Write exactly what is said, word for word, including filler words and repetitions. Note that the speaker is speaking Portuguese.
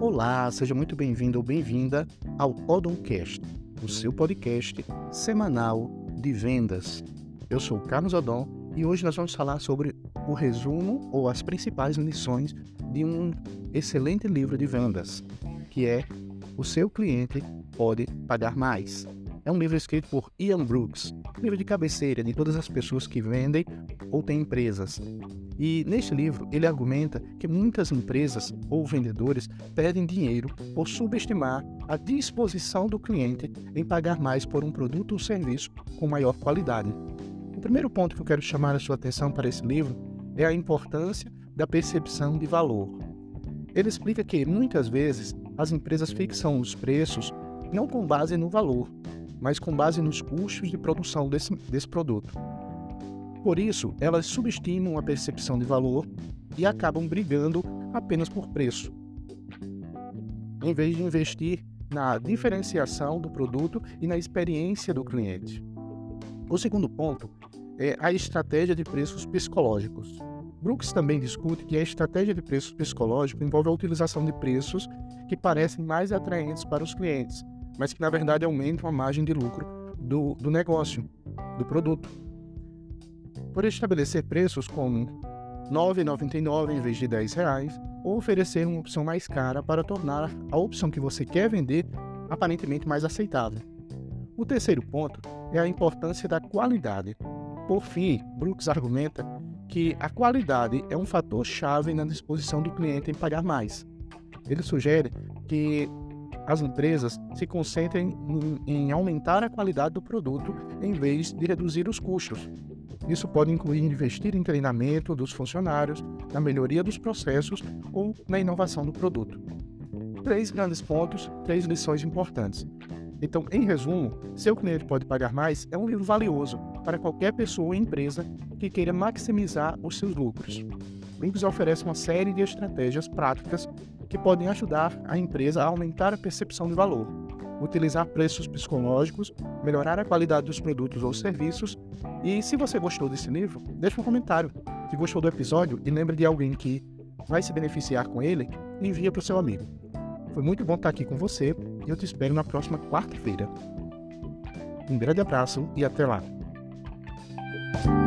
Olá, seja muito bem-vindo ou bem-vinda ao Odoncast, o seu podcast semanal de vendas. Eu sou o Carlos Odon e hoje nós vamos falar sobre o resumo ou as principais lições de um excelente livro de vendas, que é O Seu Cliente Pode Pagar Mais. É um livro escrito por Ian Brooks, livro de cabeceira de todas as pessoas que vendem ou têm empresas. E neste livro ele argumenta que muitas empresas ou vendedores perdem dinheiro por subestimar a disposição do cliente em pagar mais por um produto ou serviço com maior qualidade. O primeiro ponto que eu quero chamar a sua atenção para esse livro é a importância da percepção de valor. Ele explica que muitas vezes as empresas fixam os preços não com base no valor, mas com base nos custos de produção desse, desse produto. Por isso, elas subestimam a percepção de valor e acabam brigando apenas por preço, em vez de investir na diferenciação do produto e na experiência do cliente. O segundo ponto é a estratégia de preços psicológicos. Brooks também discute que a estratégia de preços psicológico envolve a utilização de preços que parecem mais atraentes para os clientes, mas que na verdade aumentam a margem de lucro do, do negócio, do produto. Por estabelecer preços como nove reais e noventa e nove centavos em vez de dez reais, ou oferecer uma opção mais cara para tornar a opção que você quer vender aparentemente mais aceitável. O terceiro ponto é a importância da qualidade. Por fim, Brooks argumenta que a qualidade é um fator-chave na disposição do cliente em pagar mais. Ele sugere que as empresas se concentrem em, em aumentar a qualidade do produto em vez de reduzir os custos. Isso pode incluir investir em treinamento dos funcionários, na melhoria dos processos ou na inovação do produto. Três grandes pontos, três lições importantes. Então, em resumo, Seu Cliente Pode Pagar Mais é um livro valioso para qualquer pessoa ou empresa que queira maximizar os seus lucros. Brooks oferece uma série de estratégias práticas que podem ajudar a empresa a aumentar a percepção de valor, utilizar preços psicológicos, melhorar a qualidade dos produtos ou serviços. E se você gostou desse livro, deixe um comentário. Se gostou do episódio e lembra de alguém que vai se beneficiar com ele, envia para o seu amigo. Foi muito bom estar aqui com você e eu te espero na próxima quarta-feira. Um grande abraço e até lá!